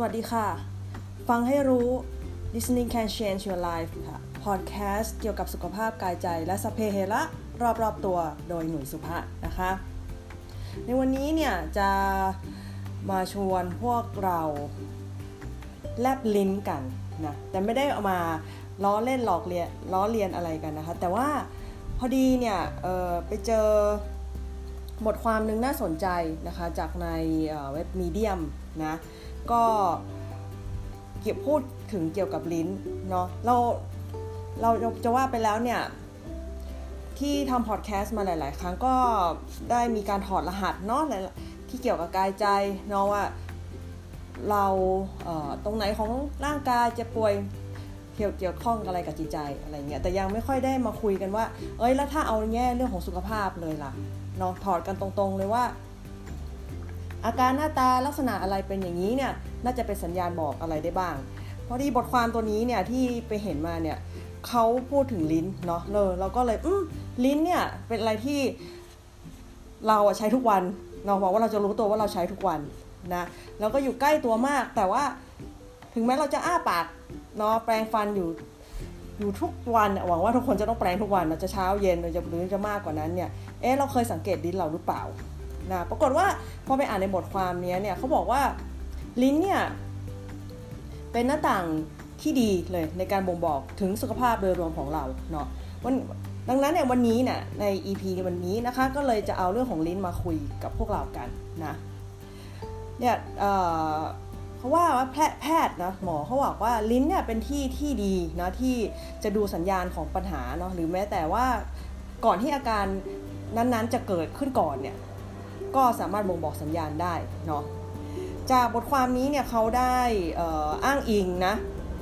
วัสดีค่ะฟังให้รู้ Listening can change your life ค่ะ podcast เกี่ยวกับสุขภาพกายใจและสัพเพเหระรอบๆตัวโดยหนุ่ยสุภะนะคะในวันนี้เนี่ยจะมาชวนพวกเราแลบลิ้นกันนะแต่ไม่ได้เอามาล้อเล่นล้อเลียนอะไรกันนะคะแต่ว่าพอดีเนี่ยไปเจอบทความนึงน่าสนใจนะคะจากในเว็บมีเดียมนะก็พูดถึงเกี่ยวกับลิ้นเนาะเราจะว่าไปแล้วเนี่ยที่ทำพอดแคสต์มาหลายๆครั้งก็ได้มีการถอดรหัสเนาะที่เกี่ยวกับกายใจเนาะว่าเราตรงไหนของร่างกายจะป่วยเกี่ยวข้องอะไรกับจิตใจอะไรเงี้ยแต่ยังไม่ค่อยได้มาคุยกันว่าแล้วถ้าเอาแง่เรื่องของสุขภาพเลยล่ะเนาะถอดกันตรงๆเลยว่าอาการหน้าตาลักษณะอะไรเป็นอย่างนี้เนี่ยน่าจะเป็นสัญญาณบอกอะไรได้บ้างพอดีบทความตัวนี้เนี่ยที่ไปเห็นมาเนี่ยเขาพูดถึงลิ้นเนาะเราก็เลยลิ้นเนี่ยเป็นอะไรที่เราใช้ทุกวันเนาะบอกว่าเราจะรู้ตัวว่าเราใช้ทุกวันนะแล้วก็อยู่ใกล้ตัวมากแต่ว่าถึงแม้เราจะอ้าปากเนาะแปรงฟันอยู่ทุกวันหวังว่าทุกคนจะต้องแปรงทุกวันเราจะเช้าเย็นหรือจะมากกว่านั้นเนี่ยเราเคยสังเกตลิ้นเราหรือเปล่านะปรากฏว่าพอไปอ่านในบทความนี้เนี่ยเขาบอกว่าลิ้นเนี่ยเป็นหน้าต่างที่ดีเลยในการบ่งบอกถึงสุขภาพโดยรวมของเราเนาะดังนั้นเนี่ยวันนี้เนี่ยใน EP ในวันนี้นะคะก็เลยจะเอาเรื่องของลิ้นมาคุยกับพวกเรากันนะเนี่ยเขาว่าแพทย์นะหมอเขาบอกว่าลิ้นเนี่ยเป็นที่ดีนะที่จะดูสัญญาณของปัญหาเนาะหรือแม้แต่ว่าก่อนที่อาการนั้นๆจะเกิดขึ้นก่อนเนี่ยก็สามารถบ่งบอกสัญญาณได้เนาะจากบทความนี้เนี่ยเขาได้อ้างอิงนะ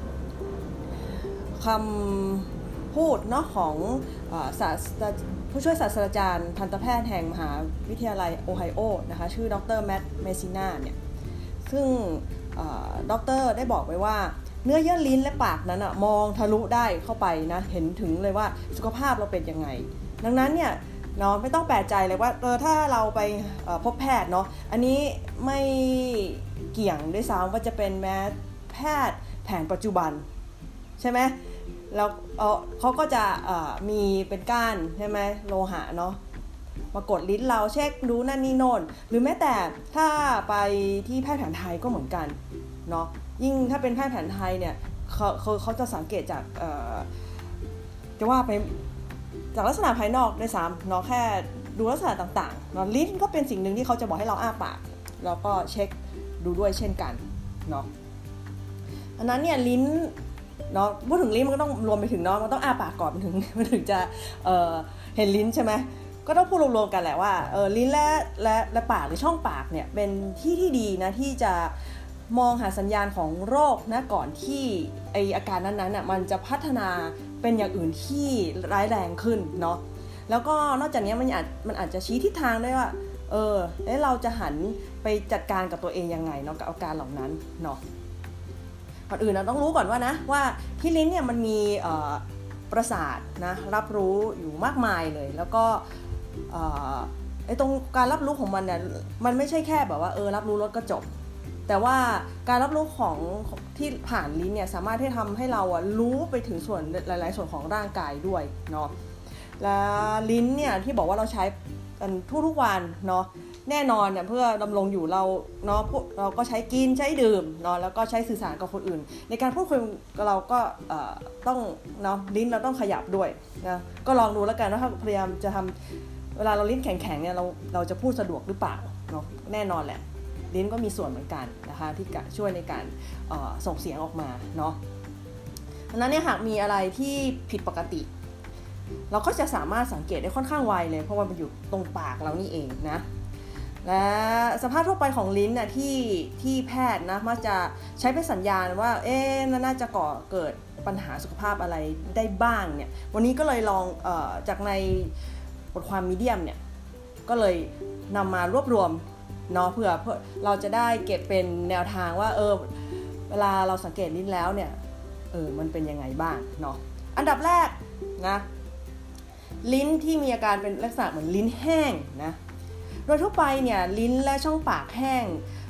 คำพูดเนาะของผู้ช่วยศาสตราจารย์ทันตแพทย์แห่งมหาวิทยาลัยโอไฮโอนะคะชื่อดรแมตต์เมซิน่าเนี่ยซึ่งดรได้บอกไว้ว่าเนื้อเยื่อลิ้นและปากนั้นมองทะลุได้เข้าไปนะเห็นถึงเลยว่าสุขภาพเราเป็นยังไงดังนั้นเนี่ยเนาะไม่ต้องแปลกใจเลยว่าถ้าเราไปพบแพทย์เนาะอันนี้ไม่เกี่ยงด้วยซ้ำว่าจะเป็นแม้แพทย์แผนปัจจุบันใช่ไหมแล้วเขาก็จะมีเป็นก้านใช่ไหมโลหะเนาะมากดลิ้นเราเช็คดูนั่นนี่โน่นหรือแม้แต่ถ้าไปที่แพทย์แผนไทยก็เหมือนกันเนาะยิ่งถ้าเป็นแพทย์แผนไทยเนี่ยเขาจะสังเกตจากจะว่าไปจากลักษณะภายนอกด้วยซ้ำเนาะแค่ดูลักษณะต่างๆเนาะลิ้นก็เป็นสิ่งหนึ่งที่เขาจะบอกให้เราอ้าปากแล้วก็เช็คดูด้วยเช่นกันเนาะอันนั้นเนี่ยลิ้นเนาะพูดถึงลิ้นมันก็ต้องรวมไปถึงเนาะมันต้องอ้าปากก่อนมันถึงจะเห็นลิ้นใช่ไหมก็ต้องพูดรวมๆกันแหละว่าลิ้นและปากหรือช่องปากเนี่ยเป็นที่ดีนะที่จะมองหาสัญญาณของโรคนะก่อนที่อาการนั้นๆมันจะพัฒนาเป็นอย่างอื่นที่ร้ายแรงขึ้นเนาะแล้วก็นอกจากนี้มันอาจจะชี้ทิศทางได้ว่าเราจะหันไปจัดการกับตัวเองยังไงเนาะกับอาการเหล่านั้นเนาะก่อนอื่นเราต้องรู้ก่อนว่าที่ลิ้นเนี่ยมันมีประสาทนะรับรู้อยู่มากมายเลยแล้วก็ตรงการรับรู้ของมันเนี่ยมันไม่ใช่แค่แบบว่ารับรู้รสก็จบแต่ว่าการรับรู้ของที่ผ่านลิ้นเนี่ยสามารถที่ทำให้เรารู้ไปถึงส่วนหลายๆส่วนของร่างกายด้วยเนาะและลิ้นเนี่ยที่บอกว่าเราใช้กันทุกวันเนาะแน่นอนเนี่ยเพื่อดำรงอยู่เราเนาะเราก็ใช้กินใช้ดื่มเนาะแล้วก็ใช้สื่อสารกับคนอื่นในการพูดคุยกับเราก็ต้องเนาะลิ้นเราต้องขยับด้วยนะก็ลองดูแล้วกันว่าถ้าพยายามจะทำเวลาเราลิ้นแข็งๆเนี่ยเราจะพูดสะดวกหรือเปล่าเนาะแน่นอนแหละลิ้นก็มีส่วนเหมือนกันนะคะที่ช่วยในการส่งเสียงออกมาเนาะดังนั้นเนี่ยหากมีอะไรที่ผิดปกติเราก็จะสามารถสังเกตได้ค่อนข้างไวเลยเพราะว่ามันอยู่ตรงปากเรานี่เองนะและสภาพทั่วไปของลิ้นน่ะที่แพทย์นะมักจะใช้เป็นสัญญาณว่าน่าจะก่อเกิดปัญหาสุขภาพอะไรได้บ้างเนี่ยวันนี้ก็เลยลองจากในบทความมีเดียมเนี่ยก็เลยนำมารวบรวมเนาะเพื่อเราจะได้เก็บเป็นแนวทางว่าเวลาเราสังเกตลิ้นแล้วเนี่ยมันเป็นยังไงบ้างเนาะอันดับแรกนะลิ้นที่มีอาการเป็นลักษณะเหมือนลิ้นแห้งนะโดยทั่วไปเนี่ยลิ้นและช่องปากแห้ง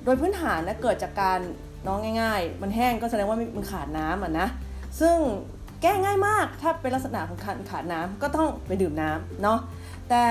โดยพื้นฐานนะเกิดจากการน้องง่ายๆมันแห้งก็แสดงว่ามันขาดน้ำนะซึ่งแก้ง่ายมากถ้าเป็นลักษณะของการขาดน้ำก็ต้องไปดื่มน้ำเนาะแต่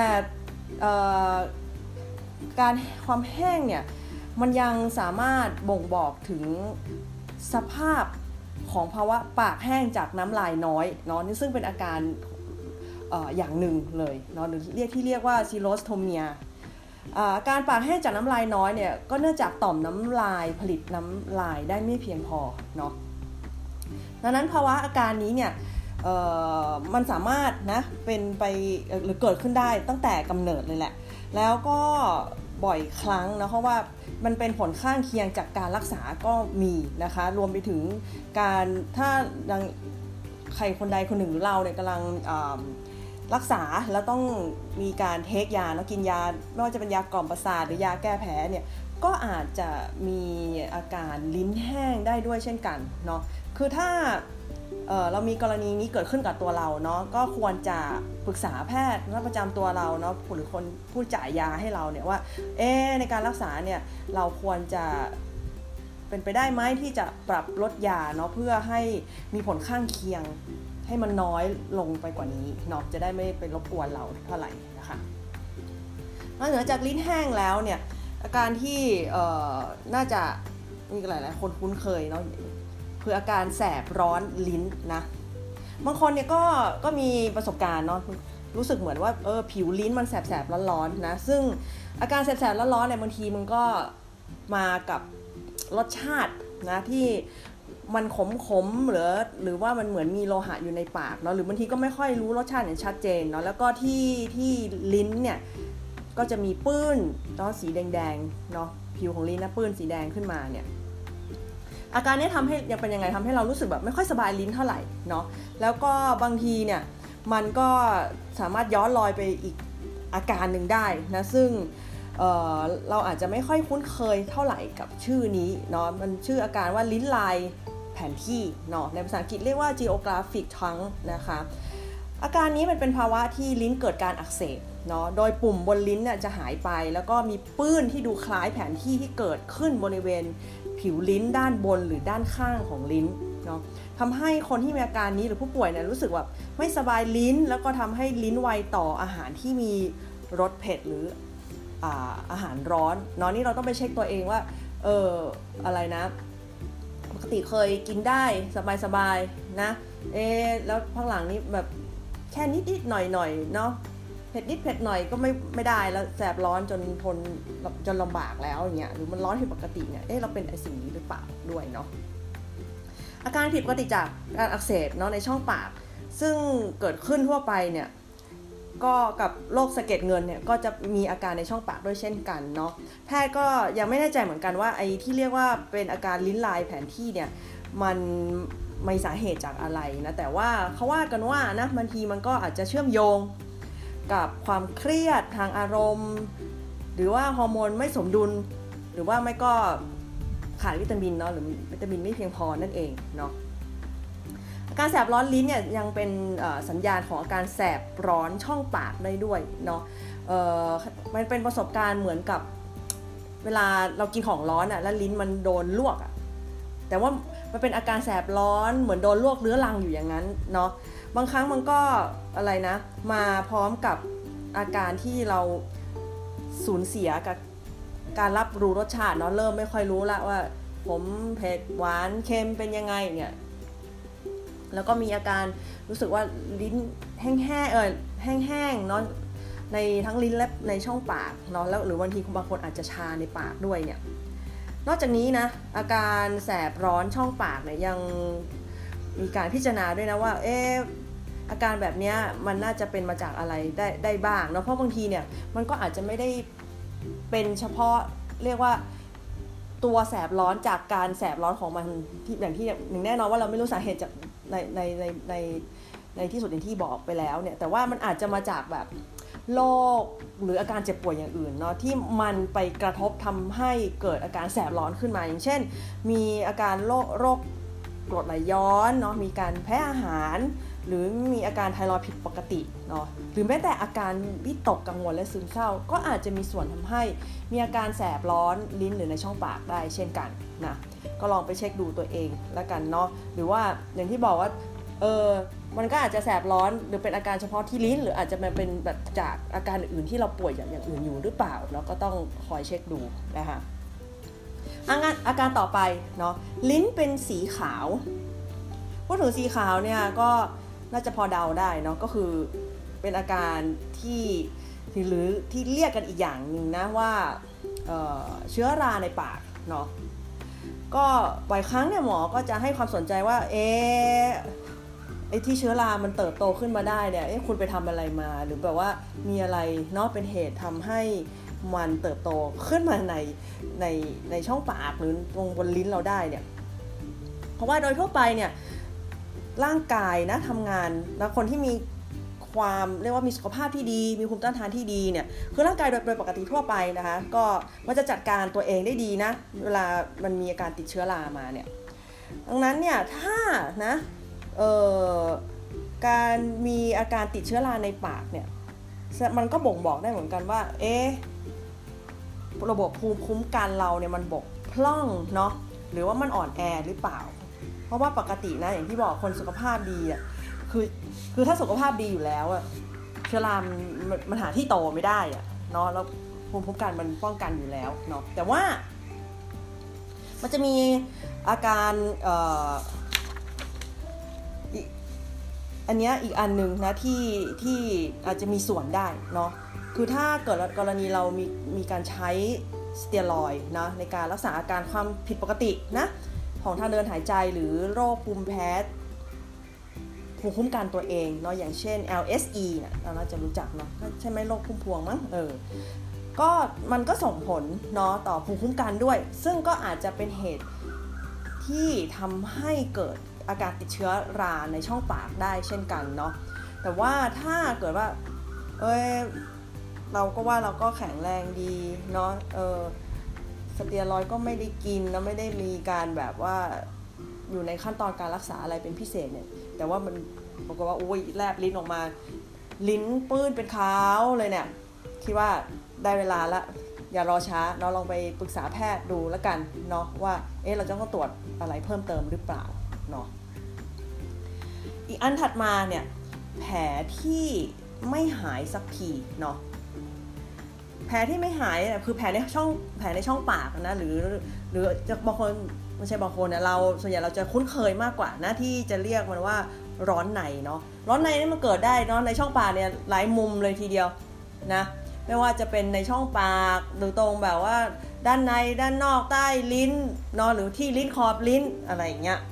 การความแห้งเนี่ยมันยังสามารถบ่งบอกถึงสภาพของภาวะปากแห้งจากน้ำลายน้อยเนาะนี่ซึ่งเป็นอาการอย่างหนึ่งเลยเนาะหรือที่เรียกว่าซีโรสโทเมียการปากแห้งจากน้ำลายน้อยเนี่ยก็เนื่องจากต่อมน้ำลายผลิตน้ำลายได้ไม่เพียงพอเนาะดังนั้นภาวะอาการนี้เนี่ยมันสามารถนะเป็นไปหรือเกิดขึ้นได้ตั้งแต่กำเนิดเลยแหละแล้วก็บ่อยครั้งนะเพราะว่ามันเป็นผลข้างเคียงจากการรักษาก็มีนะคะรวมไปถึงการถ้าใครคนใดคนหนึ่งหรือเราเนี่ยกำลังรักษาแล้วต้องมีการเทคยาแล้วกินยาไม่ว่าจะเป็นยากล่อมประสาทหรือยาแก้แพ้เนี่ยก็อาจจะมีอาการลิ้นแห้งได้ด้วยเช่นกันเนาะคือถ้าเรามีกรณีนี้เกิดขึ้นกับตัวเราเนาะก็ควรจะปรึกษาแพทย์ประจำตัวเราเนาะหรือคนผู้จ่ายยาให้เราเนี่ยว่าในการรักษาเนี่ยเราควรจะเป็นไปได้ไหมที่จะปรับลดยาเนาะเพื่อให้มีผลข้างเคียงให้มันน้อยลงไปกว่านี้เนาะจะได้ไม่ไปรบกวนเราเท่าไหร่นะคะนอกเหนือจากลิ้นแห้งแล้วเนี่ยอาการที่น่าจะมีหลายๆคนคุ้นเคยเนาะคืออาการแสบร้อนลิ้นนะบางคนเนี่ยก็มีประสบการณ์เนาะรู้สึกเหมือนว่าผิวลิ้นมันแสบๆร้อนๆนะซึ่งอาการแสบๆร้อนๆเนี่ยบางทีมันก็มากับรสชาตินะที่มันขมๆหรือว่ามันเหมือนมีโลหะอยู่ในปากเนาะหรือบางทีก็ไม่ค่อยรู้รสชาติอย่างชัดเจนเนาะแล้วก็ที่ลิ้นเนี่ยก็จะมีปื้นเนาะสีแดงๆเนาะผิวของลิ้นนะปื้นสีแดงขึ้นมาเนี่ยอาการนี้ทำให้ยังเป็นยังไงทำให้เรารู้สึกแบบไม่ค่อยสบายลิ้นเท่าไหร่เนาะแล้วก็บางทีเนี่ยมันก็สามารถย้อนรอยไปอีกอาการหนึ่งได้นะซึ่งเราอาจจะไม่ค่อยคุ้นเคยเท่าไหร่กับชื่อนี้เนาะมันชื่ออาการว่าลิ้นลายแผนที่เนาะในภาษาอังกฤษเรียกว่า geographic tongue นะคะอาการนี้มันเป็นภาวะที่ลิ้นเกิดการอักเสบเนาะโดยปุ่มบนลิ้นเนี่ยจะหายไปแล้วก็มีปื้นที่ดูคล้ายแผนที่ที่เกิดขึ้นบริเวณผิวลิ้นด้านบนหรือด้านข้างของลิ้นเนาะทำให้คนที่มีอาการนี้หรือผู้ป่วยเนี่ยรู้สึกว่าไม่สบายลิ้นแล้วก็ทำให้ลิ้นไวต่ออาหารที่มีรสเผ็ดหรืออาหารร้อนเนาะนี่เราต้องไปเช็คตัวเองว่าอะไรนะปกติเคยกินได้สบายๆนะแล้วข้างหลังนี้แบบแค่นิดๆหน่อยๆเนาะเผ็ดนิดเผ็ดหน่อยก็ไม่ได้แล้วแสบร้อนจนลำบากแล้วอย่างเงี้ยหรือมันร้อนผิดปกติเนี่ยเราเป็นไอสิ่งนี้หรือเปล่าด้วยเนาะอาการผิดปกติจากการอักเสบเนาะในช่องปากซึ่งเกิดขึ้นทั่วไปเนี่ยก็กับโรคสะเก็ดเงินเนี่ยก็จะมีอาการในช่องปากด้วยเช่นกันเนาะแพทย์ก็ยังไม่แน่ใจเหมือนกันว่าไอ้ที่เรียกว่าเป็นอาการลิ้นลายแผนที่เนี่ยมันมีสาเหตุจากอะไรนะแต่ว่าเขาว่ากันว่านะบางทีมันก็อาจจะเชื่อมโยงกับความเครียดทางอารมณ์หรือว่าฮอร์โมนไม่สมดุลหรือว่าไม่ก็ขาดวิตามินเนาะหรือวิตามินไม่เพียงพอนั่นเองเนาะอาการแสบร้อนลิ้นเนี่ยยังเป็นสัญญาณของอาการแสบร้อนช่องปากได้ด้วยเนาะมันเป็นประสบการณ์เหมือนกับเวลาเรากินของร้อนอ่ะแล้วลิ้นมันโดนลวกอ่ะแต่ว่ามันเป็นอาการแสบร้อนเหมือนโดนลวกเรื้อรังอยู่อย่างนั้นเนาะบางครั้งมันก็อะไรนะมาพร้อมกับอาการที่เราสูญเสียกับการรับรู้รสชาติเนาะเริ่มไม่ค่อยรู้ละว่าผมเผ็ดหวานเค็มเป็นยังไงเนี่ยแล้วก็มีอาการรู้สึกว่าลิ้นแห้งๆเนาะในทั้งลิ้นและในช่องปากเนาะแล้วหรือบางทีบางคนอาจจะชาในปากด้วยเนี่ยนอกจากนี้นะอาการแสบร้อนช่องปากเนี่ยยังมีการพิจารณาด้วยนะว่าอาการแบบนี้มันน่าจะเป็นมาจากอะไรได้บ้างเนาะเพราะบางทีเนี่ยมันก็อาจจะไม่ได้เป็นเฉพาะเรียกว่าตัวแสบร้อนจากการแสบร้อนของมันที่อย่างที่หนึ่งแน่นอนว่าเราไม่รู้สาเหตุจากในที่สุดอย่างที่บอกไปแล้วเนี่ยแต่ว่ามันอาจจะมาจากแบบโรคหรืออาการเจ็บป่วยอย่างอื่นเนาะที่มันไปกระทบทำให้เกิดอาการแสบร้อนขึ้นมาอย่างเช่นมีอาการโรคกรดไหลย้อนเนาะมีการแพ้อาหารหรือมีอาการไทรอยด์ผิดปกติเนาะหรือแม้แต่อาการวิตกกังวลและซึมเศร้าก็อาจจะมีส่วนทำให้มีอาการแสบร้อนลิ้นหรือในช่องปากได้เช่นกันนะก็ลองไปเช็คดูตัวเองแล้วกันเนาะหรือว่าอย่างที่บอกว่ามันก็อาจจะแสบร้อนหรือเป็นอาการเฉพาะที่ลิ้นหรืออาจจะเป็นแบบจากอาการอื่นที่เราป่วยอย่างอื่นอยู่หรือเปล่าเนาะก็ต้องคอยเช็คดูนะคะอาการต่อไปเนาะลิ้นเป็นสีขาวพูดถึงสีขาวเนี่ยก็น่าจะพอเดาได้เนาะก็คือเป็นอาการที่หรือที่เรียกกันอีกอย่างนึงนะว่าเชื้อราในปากเนาะก็บ่อยครั้งเนี่ยหมอก็จะให้ความสนใจว่าไอ้ที่เชื้อรามันเติบโตขึ้นมาได้เนี่ยคุณไปทำอะไรมาหรือแบบว่ามีอะไรเนาะเป็นเหตุทำให้มันเติบโตขึ้นมาในช่องปากหรือตรงบนลิ้นเราได้เนี่ยเพราะว่าโดยทั่วไปเนี่ยร่างกายนะทำงานแล้วคนที่มีความเรียกว่ามีสุขภาพที่ดีมีภูมิต้านทานที่ดีเนี่ยคือร่างกายโดยปกติทั่วไปนะคะก็มันจะจัดการตัวเองได้ดีนะเวลามันมีอาการติดเชื้อรามาเนี่ยดังนั้นเนี่ยถ้านะการมีอาการติดเชื้อราในปากเนี่ยมันก็บ่งบอกได้เหมือนกันว่าระบบภูมิคุ้มกันเราเนี่ยมันบกพร่องเนาะหรือว่ามันอ่อนแอหรือเปล่าเพราะว่าปกตินะอย่างที่บอกคนสุขภาพดีอ่ะคือถ้าสุขภาพดีอยู่แล้วอ่ะเชื้อรามันหาที่โตไม่ได้อ่ะเนาะแล้วภูมิคุ้มกันมันป้องกันอยู่แล้วเนาะแต่ว่ามันจะมีอาการอันนี้อีกอันนึงนะที่อาจจะมีส่วนได้เนาะคือถ้าเกิดกรณีเรามีการใช้สเตียรอยด์นะในการรักษาอาการความผิดปกตินะของทางเดินหายใจหรือโรคภูมิแพ้ภูมิคุ้มกันตัวเองเนาะอย่างเช่น LSE เนี่ยเราน่าจะรู้จักเนาะใช่ไหมโรคพุ่มพวงมั้งก็มันก็ส่งผลเนาะต่อภูมิคุ้มกันด้วยซึ่งก็อาจจะเป็นเหตุที่ทำให้เกิดอาการติดเชื้อราในช่องปากได้เช่นกันเนาะแต่ว่าถ้าเกิดว่าเราก็ว่าเราก็แข็งแรงดีเนาะสเตียรอยด์ก็ไม่ได้กินแล้วไม่ได้มีการแบบว่าอยู่ในขั้นตอนการรักษาอะไรเป็นพิเศษเนี่ยแต่ว่ามันบอกว่าโอ้ยแลบลิ้นออกมาลิ้นปื้นเป็นขาวเลยเนี่ยคิดว่าได้เวลาละอย่ารอช้าเราลองไปปรึกษาแพทย์ดูแล้วกันเนาะว่าเราจะต้องตรวจอะไรเพิ่มเติมหรือเปล่าเนาะอีกอันถัดมาเนี่ยแผลที่ไม่หายสักทีเนาะแผลที่ไม่หายคือแผลในช่องปากนะหรือจะบางคนไม่ใช่บางคนนะเราส่วนใหญ่เราจะคุ้นเคยมากกว่านะที่จะเรียกมันว่าร้อนในเนาะร้อนในนี่มันเกิดได้เนาะในช่องปากเนี่ยหลายมุมเลยทีเดียวนะไม่ว่าจะเป็นในช่องปากหรือตรงแบบว่าด้านในด้านนอกใต้ลิ้นเนาะหรือที่ลิ้นขอบลิ้นอะไรอย่างเงี้ย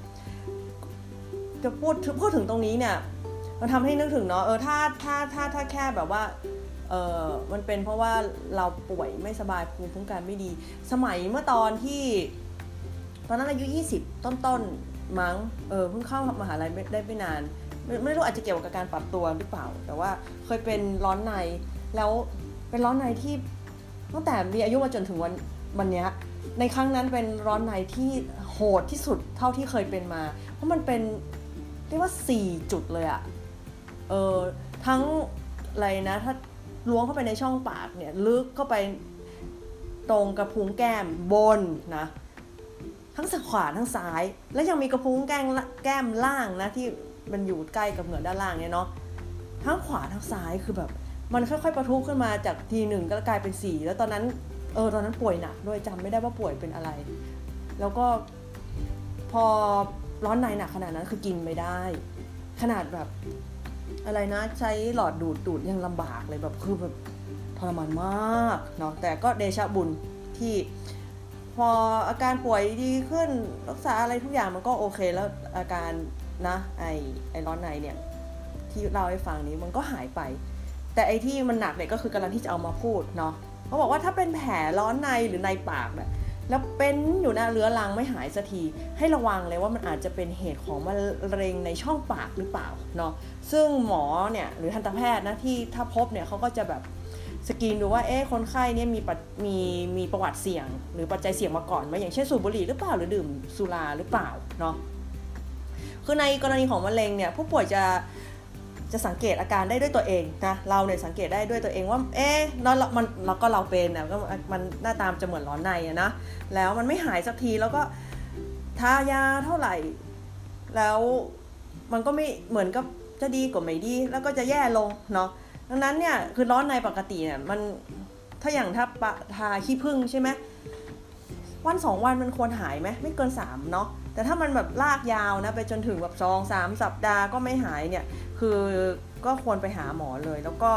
จะพูดถึงตรงนี้เนี่ยมันทำให้นึกถึงเนาะถ้าแค่แบบว่ามันเป็นเพราะว่าเราป่วยไม่สบายภูมิคุ้มกันไม่ดีสมัยเมื่อตอนนั้นอายุ20ต้นมั้งเพิ่งเข้ามหาลัยได้ไม่นานไม่รู้อาจจะเกี่ยวกับการปรับตัวหรือเปล่าแต่ว่าเคยเป็นร้อนในแล้วเป็นร้อนในที่ตั้งแต่มีอายุมาจนถึงวันนี้ในครั้งนั้นเป็นร้อนในที่โหดที่สุดเท่าที่เคยเป็นมาเพราะมันเป็นเรียกว่า4จุดเลยอะทั้งอะไรนะถ้าล้วงเข้าไปในช่องปากเนี่ยลึกเข้าไปตรงกระพุ้งแก้มบนนะทั้งขวาทั้งซ้ายแล้วยังมีกระพุ้งแก้มล่างนะที่มันอยู่ใกล้กับเหงือกด้านล่างเนี่ยเนาะทั้งขวาทั้งซ้ายคือแบบมันค่อยๆประทุขึ้นมาจากที1ก็กลายเป็น4แล้วตอนนั้นป่วยหนักด้วยจำไม่ได้ว่าป่วยเป็นอะไรแล้วก็พอร้อนในหนักขนาดนั้นคือกินไม่ได้ขนาดแบบอะไรนะใช้หลอดดูดยังลำบากเลยแบบคือแบบทรมานมากเนาะแต่ก็เดชะบุญที่พออาการป่วยดีขึ้นรักษาอะไรทุกอย่างมันก็โอเคแล้วอาการนะไอร้อนในเนี่ยที่เล่าให้ฟังนี้มันก็หายไปแต่ไอที่มันหนักเนี่ยก็คือกำลังที่จะเอามาพูดเนาะเขาบอกว่าถ้าเป็นแผลร้อนในหรือในปากเนี่ยแล้วเป็นอยู่นะเรื้อรังไม่หายสักทีให้ระวังเลยว่ามันอาจจะเป็นเหตุของมะเร็งในช่องปากหรือเปล่าเนาะซึ่งหมอเนี่ยหรือทันตแพทย์นะที่ถ้าพบเนี่ยเขาก็จะแบบสกรีนดูว่าคนไข้เนี่ยมีประวัติเสี่ยงหรือปัจจัยเสี่ยงมาก่อนไหมอย่างเช่นสูบบุหรี่หรือเปล่าหรือดื่มสุราหรือเปล่าเนาะคือในกรณีของมะเร็งเนี่ยผู้ป่วยจะสังเกตอาการได้ด้วยตัวเองนะเราเนี่ยสังเกตได้ด้วยตัวเองว่าเราเป็นนะก็มันหน้าตามจะเหมือนร้อนในนะแล้วมันไม่หายสักทีแล้วก็ทายาเท่าไหร่แล้วมันก็ไม่เหมือนกับจะดีกว่าไม่ดีแล้วก็จะแย่ลงเนาะดังนั้นเนี่ยคือร้อนในปกติเนี่ยมันถ้าอย่างถ้าทาขี้ผึ้งใช่ไหมวัน2วันมันควรหายไหมไม่เกิน3เนาะแต่ถ้ามันแบบลากยาวนะไปจนถึงแบบ2-3 สัปดาห์ก็ไม่หายเนี่ยคือก็ควรไปหาหมอเลยแล้วก็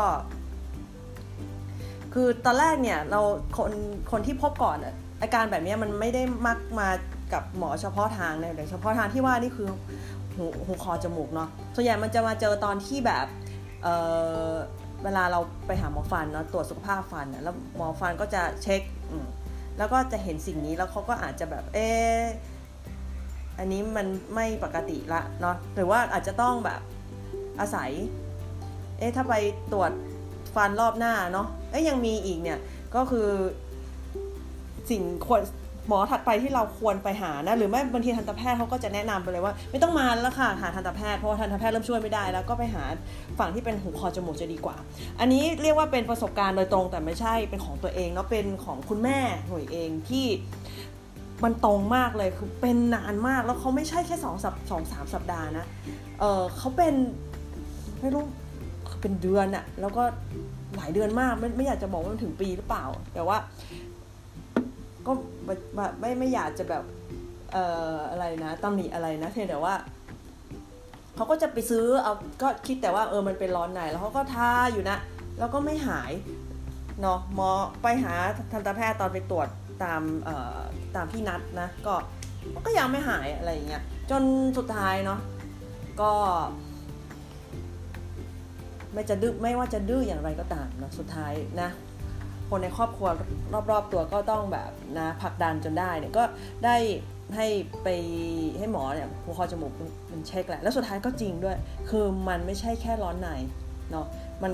คือตอนแรกเนี่ยเราคนที่พบก่อนอาการแบบนี้มันไม่ได้มักมากับหมอเฉพาะทางนะแต่เฉพาะทางที่ว่านี่คือหูคอจมูกเนาะส่วนใหญ่มันจะมาเจอตอนที่แบบเวลาเราไปหาหมอฟันเนาะตรวจสุขภาพฟันแล้วหมอฟันก็จะเช็คแล้วก็จะเห็นสิ่งนี้แล้วเขาก็อาจจะแบบอันนี้มันไม่ปกติละเนาะหรือว่าอาจจะต้องแบบอาศัยถ้าไปตรวจฟันรอบหน้าเนาะยังมีอีกเนี่ยก็คือสิ่งควรหมอถัดไปที่เราควรไปหานะหรือไม่บางทีทันตแพทย์เขาก็จะแนะนำไปเลยว่าไม่ต้องมาแล้วค่ะหาทันตแพทย์เพราะว่าทันตแพทย์เริ่มช่วยไม่ได้แล้วก็ไปหาฝั่งที่เป็นหูคอจมูกจะดีกว่าอันนี้เรียกว่าเป็นประสบการณ์โดยตรงแต่ไม่ใช่เป็นของตัวเองเนาะเป็นของคุณแม่หน่วยเองที่มันตรงมากเลยคือเป็นนานมากแล้วเขาไม่ใช่แค่2-3 สัปดาห์นะเขาเป็นไม่รู้เป็นเดือนอะแล้วก็หลายเดือนมากไม่อยากจะบอกว่ามันถึงปีหรือเปล่าแต่ว่าก็ไม่อยากจะแบบอะไรนะตำหนิอะไรนะเพียงแต่ว่าเขาก็จะไปซื้อเอาก็คิดแต่ว่ามันเป็นร้อนในแล้วเขาก็ทาอยู่นะแล้วก็ไม่หายเนาะหมอไปหาทันตแพทย์ตอนไปตรวจตามที่นัดนะก็ยังไม่หายอะไรอย่างเงี้ยจนสุดท้ายเนาะก็ไม่ว่าจะดื้ออย่างไรก็ตามนะสุดท้ายนะคนในครอบครัวรอบๆตัวก็ต้องแบบนะผลักดันจนได้เนี่ยก็ได้ให้หมอเนี่ยหูคอจมูกมันเช็คแหละแล้วสุดท้ายก็จริงด้วยคือมันไม่ใช่แค่ร้อนในเนาะมัน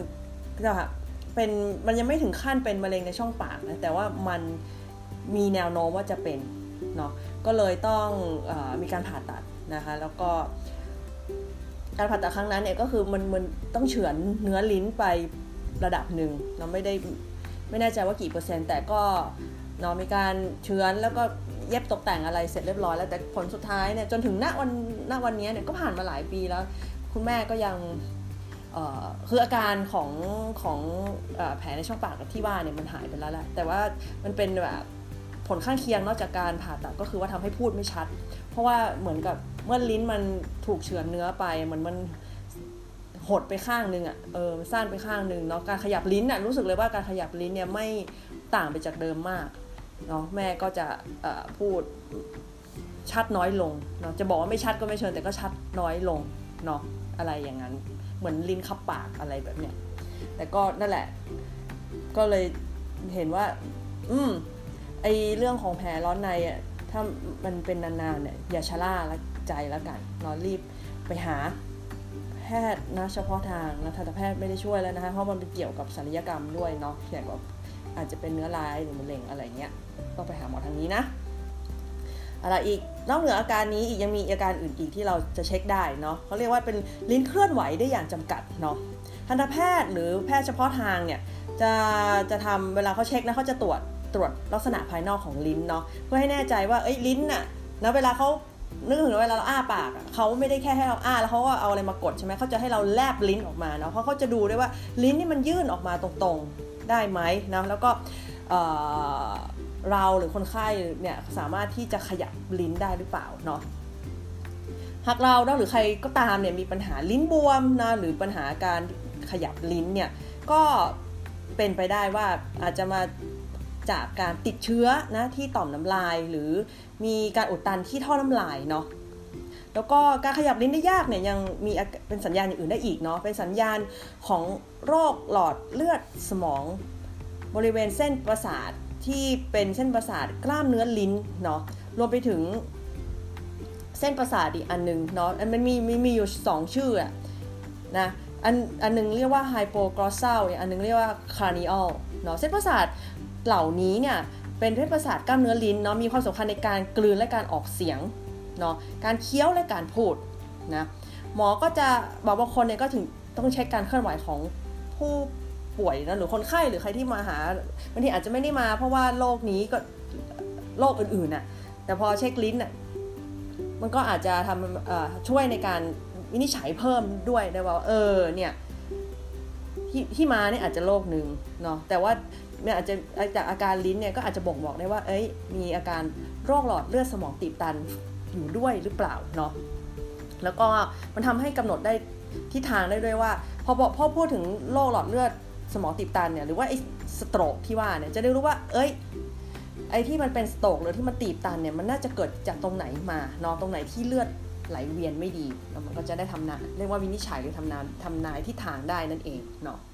ยังไม่ถึงขั้นเป็นมะเร็งในช่องปากนะแต่ว่ามันมีแนวโน้มว่าจะเป็นเนาะก็เลยต้องมีการผ่าตัดนะคะแล้วก็การผ่าตัดครั้งนั้นเนี่ยก็คือมันต้องเฉือนเนื้อลิ้นไประดับหนึ่งเราไม่แน่ใจว่ากี่เปอร์เซ็นต์แต่ก็เนาะมีการเฉือนแล้วก็เย็บตกแต่งอะไรเสร็จเรียบร้อยแล้วแต่ผลสุดท้ายเนี่ยจนถึงณวันนี้เนี่ยก็ผ่านมาหลายปีแล้วคุณแม่ก็ยังคืออาการของแผลในช่องปากกับที่ว่าเนี่ยมันหายไปแล้วแหละแต่ว่ามันเป็นแบบผลข้างเคียงนอกจากการผ่าตัดก็คือว่าทำให้พูดไม่ชัดเพราะว่าเหมือนกับเมื่อลิ้นมันถูกเฉือนเนื้อไปเหมือนมันหดไปข้างนึงมันสั้นไปข้างนึงเนาะการขยับลิ้นรู้สึกเลยว่าการขยับลิ้นเนี่ยไม่ต่างไปจากเดิมมากเนาะแม่ก็จะพูดชัดน้อยลงเนาะจะบอกว่าไม่ชัดก็ไม่เชิงแต่ก็ชัดน้อยลงเนาะอะไรอย่างนั้นเหมือนลิ้นคับปากอะไรแบบเนี้ยแต่ก็นั่นแหละก็เลยเห็นว่าไอเรื่องของแผลร้อนในถ้ามันเป็นนานๆเนี่ยอย่าชะล่าใจแล้วกันเนาะรีบไปหาแพทย์นะเฉพาะทางนะทันตแพทย์ไม่ได้ช่วยแล้วนะคะเพราะมันเป็นเกี่ยวกับศัลยกรรมด้วยเนาะเกี่ยวกับอาจจะเป็นเนื้อร้ายหรือมะเร็งอะไรเงี้ยต้องไปหาหมอทางนี้นะอะไรอีกนอกเหนืออาการนี้อีกยังมีอาการอื่นอีกที่เราจะเช็คได้เนาะเขาเรียกว่าเป็นลิ้นเคลื่อนไหวได้อย่างจำกัดเนาะทันตแพทย์หรือแพทย์เฉพาะทางเนี่ยจะทำเวลาเขาเช็คนะเขาจะตรวจลักษณะภายนอกของลิ้นเนาะเพื่อให้แน่ใจว่าลิ้นน่ะนะเวลาเขานึกถึงเวลาเราอ้าปากเขาไม่ได้แค่ให้เราอ้าแล้วเขาก็เอาอะไรมากดใช่ไหมเขาจะให้เราแลบลิ้นออกมาเนาะเพราะเขาจะดูด้วยว่าลิ้นนี่มันยื่นออกมาตรงๆได้ไหมนะแล้วก็เราหรือคนไข้เนี่ยสามารถที่จะขยับลิ้นได้หรือเปล่าเนาะหากเราหรือใครก็ตามเนี่ยมีปัญหาลิ้นบวมนะหรือปัญหาการขยับลิ้นเนี่ยก็เป็นไปได้ว่าอาจจะมาจากการติดเชื้อนะที่ต่อมน้ำลายหรือมีการอุดตันที่ท่อน้ำลายเนาะแล้วก็การขยับลิ้นได้ยากเนี่ยยังมีเป็นสัญญาณอย่างอื่นได้อีกเนาะเป็นสัญญาณของโรคหลอดเลือดสมองบริเวณเส้นประสาทที่เป็นเส้นประสาทกล้ามเนื้อลิ้นเนาะรวมไปถึงเส้นประสาทอีกอันนึงเนาะมันมีอยู่2ชื่อนะอันนึงเรียกว่า hypoglossal อีกอันนึงเรียกว่า cranial เนาะเส้นประสาทเหล่านี้เนี่ยเป็นเส้นประสาทกล้ามเนื้อลิ้นเนาะมีความสำคัญในการกลืนและการออกเสียงเนาะการเคี้ยวและการพูดนะหมอก็จะบอกบางคนเนี่ยก็ถึงต้องเช็คการเคลื่อนไหวของผู้ป่วยนะหรือคนไข้หรือใครที่มาหาบางทีอาจจะไม่ได้มาเพราะว่าโรคนี้ก็โรคอื่นๆน่ะแต่พอเช็คลิ้นน่ะมันก็อาจจะทำช่วยในการวินิจฉัยเพิ่มด้วยได้ว่าเนี่ยที่มาเนี่ยอาจจะโรคนึงเนาะแต่ว่าเนี่ยอาจจะจากอาการลิ้นเนี่ยก็อาจจะบ่งบอกได้ว่ามีอาการโรคหลอดเลือดสมองตีบตันอยู่ด้วยหรือเปล่าเนาะแล้วก็มันทำให้กำหนดได้ทิศทางได้ด้วยว่าพอพูดถึงโรคหลอดเลือดสมองตีบตันเนี่ยหรือว่าไอ้สโตรกที่ว่าเนี่ยจะได้รู้ว่าไอ้ที่มันเป็นสโตรกหรือที่มันตีบตันเนี่ยมันน่าจะเกิดจากตรงไหนมาเนาะตรงไหนที่เลือดไหลเวียนไม่ดีแล้วมันก็จะได้ทำนายเรียกว่าวินิจฉัยหรือทำนายทิศทางได้นั่นเองเนาะ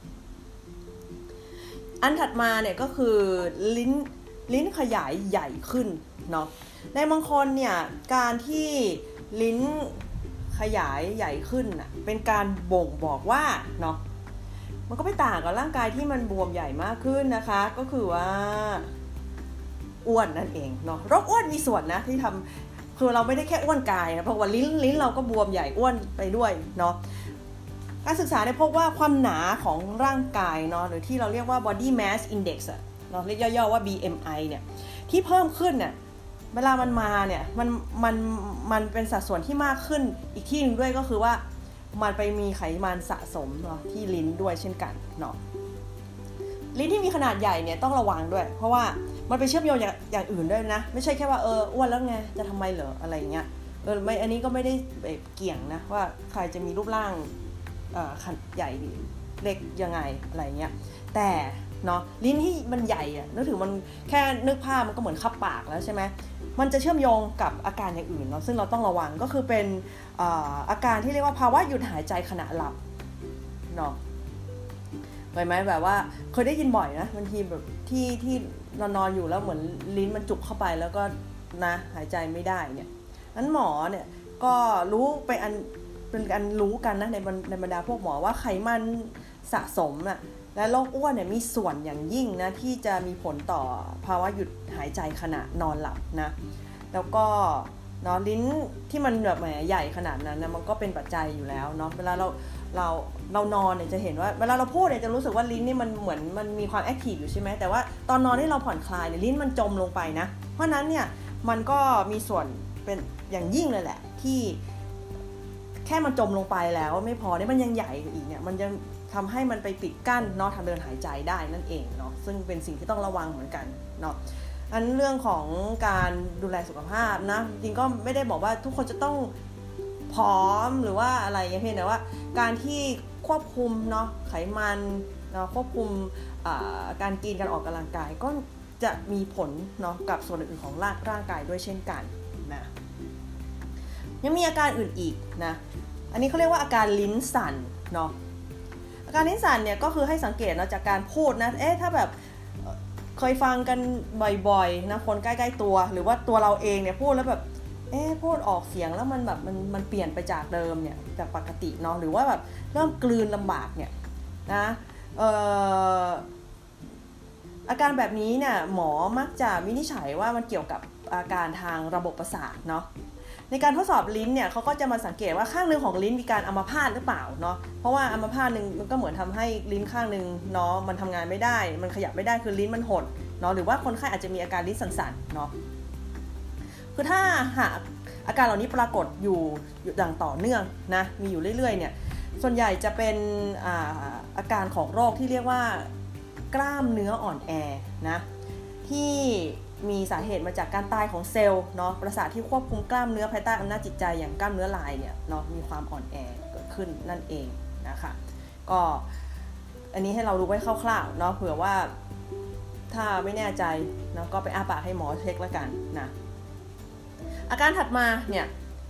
อันถัดมาเนี่ยก็คือลิ้นขยายใหญ่ขึ้นเนาะในบางคนเนี่ยการที่ลิ้นขยายใหญ่ขึ้นน่ะเป็นการบ่งบอกว่าเนาะมันก็ไม่ต่างกับร่างกายที่มันบวมใหญ่มากขึ้นนะคะก็คือว่าอ้วนนั่นเองเนาะโรคอ้วนมีส่วนนะที่ทำคือเราไม่ได้แค่อ้วนกายนะเพราะว่าลิ้นเราก็บวมใหญ่อ้วนไปด้วยเนาะการศึกษาได้พบว่าความหนาของร่างกายเนาะหรือที่เราเรียกว่า body mass index เนาะเรียกย่อๆว่า BMI เนี่ยที่เพิ่มขึ้นเนี่ยเวลามันมาเนี่ยมันเป็นสัดส่วนที่มากขึ้นอีกที่นึงด้วยก็คือว่ามันไปมีไขมันสะสมเนาะที่ลิ้นด้วยเช่นกันเนาะลิ้นที่มีขนาดใหญ่เนี่ยต้องระวังด้วยเพราะว่ามันไปเชื่อมโยงอย่างอื่นด้วยนะไม่ใช่แค่ว่าอ้วนแล้วไงจะทำไมเหรออะไรเงี้ยไม่อันนี้ก็ไม่ได้เกี่ยงนะว่าใครจะมีรูปร่างขนาดใหญ่เล็กยังไงอะไรเงี้ยแต่เนาะลิ้นที่มันใหญ่อะนึกถึงมันแค่นึกภาพมันก็เหมือนคับปากแล้วใช่ไหมมันจะเชื่อมโยงกับอาการอย่างอื่นเนาะซึ่งเราต้องระวังก็คือเป็นอาการที่เรียกว่าภาวะหยุดหายใจขณะหลับเนาะเคยไหมแบบว่าเคยได้ยินบ่อยนะบางทีแบบที่นอนอยู่แล้วเหมือนลิ้นมันจุกเข้าไปแล้วก็นะหายใจไม่ได้เนี่ยนั้นหมอเนี่ยก็รู้เป็นการรู้กันนะในบรรดาพวกหมอว่าไขมันสะสมน่ะและโรคอ้วนเนี่ยมีส่วนอย่างยิ่งนะที่จะมีผลต่อภาวะหยุดหายใจขณะนอนหลับนะแล้วก็เนาะลิ้นที่มันแบบแหมใหญ่ขนาดนั้นนะมันก็เป็นปัจจัยอยู่แล้วเนาะเวลาเรานอนเนี่ยจะเห็นว่าเวลาเราพูดเนี่ยจะรู้สึกว่าลิ้นนี่มันเหมือนมันมีความแอคทีฟอยู่ใช่ไหมแต่ว่าตอนนอนที่เราผ่อนคลายเนี่ยลิ้นมันจมลงไปนะเพราะนั้นเนี่ยมันก็มีส่วนเป็นอย่างยิ่งเลยแหละที่แค่มันจมลงไปแล้วไม่พอเนี่ยมันยังใหญ่อีกเนี่ยมันยังทำให้มันไปปิดกั้นเนาะทางเดินหายใจได้นั่นเองเนาะซึ่งเป็นสิ่งที่ต้องระวังเหมือนกันเนาะอันเรื่องของการดูแลสุขภาพนะจริงก็ไม่ได้บอกว่าทุกคนจะต้องผอมหรือว่าอะไรอย่างเพียงแต่ว่าการที่ควบคุมเนาะไขมันเนาะควบคุมการกินการออกกำลังกายก็จะมีผลเนาะกับส่วนอื่นของร่างกายด้วยเช่นกันนะยังมีอาการอื่นอีกนะอันนี้เขาเรียกว่าอาการลิ้นสั่นเนาะอาการลิ้นสั่นเนี่ยก็คือให้สังเกตเนาะจากการพูดนะถ้าแบบเคยฟังกันบ่อยๆนะคนใกล้ๆตัวหรือว่าตัวเราเองเนี่ยพูดแล้วแบบพูดออกเสียงแล้วมันแบบมันเปลี่ยนไปจากเดิมเนี่ยจากปกติเนาะหรือว่าแบบเริ่มกลืนลำบากเนี่ยนะอาการแบบนี้เนี่ยหมอมักจะวินิจฉัยว่ามันเกี่ยวกับอาการทางระบบประสาทเนาะในการทดสอบลิ้นเนี่ยเขาก็จะมาสังเกตว่าข้างนึงของลิ้นมีการอัมพาตหรือเปล่าเนาะเพราะว่าอัมพาตนึงมันก็เหมือนทำให้ลิ้นข้างนึงเนาะมันทำงานไม่ได้มันขยับไม่ได้คือลิ้นมันหดเนาะหรือว่าคนไข้อาจจะมีอาการลิ้นสั่นๆเนาะคือถ้าหากอาการเหล่านี้ปรากฏอยู่อย่างต่อเนื่องนะมีอยู่เรื่อยๆเนี่ยส่วนใหญ่จะเป็นอาการของโรคที่เรียกว่ากล้ามเนื้ออ่อนแอนะที่มีสาเหตุมาจากการตายของเซลล์เนาะประสาทที่ควบคุมกล้ามเนื้อภายใต้อำนาจจิตใจอย่างกล้ามเนื้อลายเนี่ยเนาะมีความอ่อนแอเกิดขึ้นนั่นเองนะคะก็อันนี้ให้เรารู้ไว้คร่าวๆเนาะเผื่อว่าถ้าไม่แน่ใจเนาะก็ไปอ้าปากให้หมอเช็คแล้วกันนะอาการถัดมาเนี่ย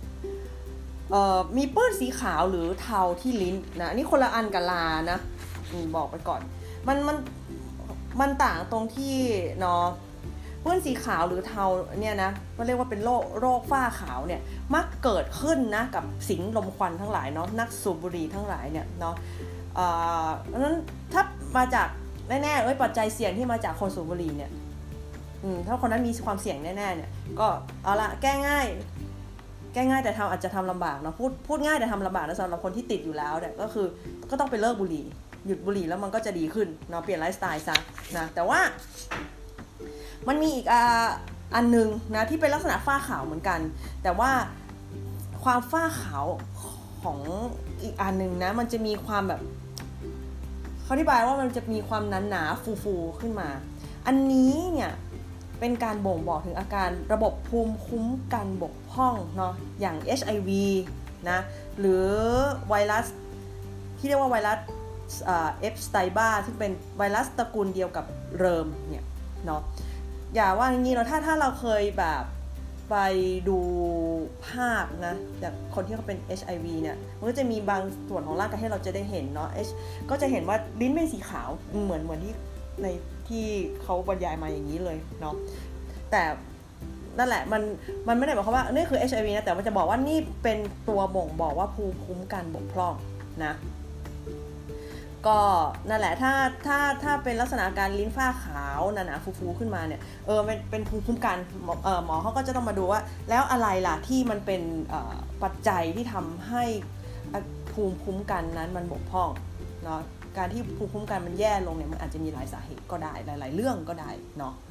มีปื้นสีขาวหรือเทาที่ลิ้นนะอันนี้คนละอันกับลานะบอกไปก่อนมันต่างตรงที่เนาะปื้นสีขาวหรือเทาเนี่ยนะก็เรียกว่าเป็นโรคฝ้าขาวเนี่ยมักเกิดขึ้นนะกับสิงลมควันทั้งหลายเนาะนักสูบบุหรี่ทั้งหลายเนี่ยเนาะนั้นถ้ามาจากแน่ๆปัจจัยเสี่ยงที่มาจากคนสูบบุหรี่เนี่ยถ้าคนนั้นมีความเสี่ยงแน่ๆเนี่ยก็เอาละแก้ง่ายแก้ง่ายแต่อาจจะทำลำบากเนาะพูดง่ายแต่ทำลำบากนะสำหรับคนที่ติดอยู่แล้วเนี่ยก็คือก็ต้องไปเลิกบุหรี่หยุดบุหรี่แล้วมันก็จะดีขึ้นเนาะเปลี่ยนไลฟ์สไตล์ซะนะแต่ว่ามันมีอีกอันนึงนะที่เป็นลักษณะฝ้าขาวเหมือนกันแต่ว่าความฝ้าขาวของอีกอันนึงนะมันจะมีความแบบเขาอธิบายว่ามันจะมีความหนาฟูขึ้นมาอันนี้เนี่ยเป็นการบ่งบอกถึงอาการระบบภูมิคุ้มกันบกพร่องเนาะอย่าง HIV นะหรือไวรัสที่เรียกว่าไวรัสเอฟสไตบาซึ่งเป็นไวรัสตระกูลเดียวกับเริมเนี่ยเนาะอย่าว่าอย่างนี้เนาะถ้าเราเคยแบบไปดูภาพนะจากคนที่เขาเป็น HIV เนี่ยมันก็จะมีบางส่วนของร่างกายให้เราจะได้เห็นเนาะก็จะเห็นว่าลิ้นเป็นสีขาวเหมือนที่ในที่เขาบรรยายมาอย่างนี้เลยเนาะแต่นั่นแหละมันไม่ได้หมายความว่านี่คือ HIV นะแต่มันจะบอกว่านี่เป็นตัวบ่งบอกว่าภูมิคุ้มกันบกพร่องนะก็นั่นแหละถ้าเป็นลักษณะการลิ้นฝ้าขาวหนาๆฟูๆขึ้นมาเนี่ยเป็นภูมิคุ้มกันหมอเขาก็จะต้องมาดูว่าแล้วอะไรล่ะที่มันเป็นปัจจัยที่ทำให้ภูมิคุ้มกันนั้นมันบกพร่องเนาะการที่ภูมิคุ้มกันมันแย่ลงเนี่ยมันอาจจะมีหลายสาเหตุก็ได้หลายๆเรื่องก็ได้เนาะ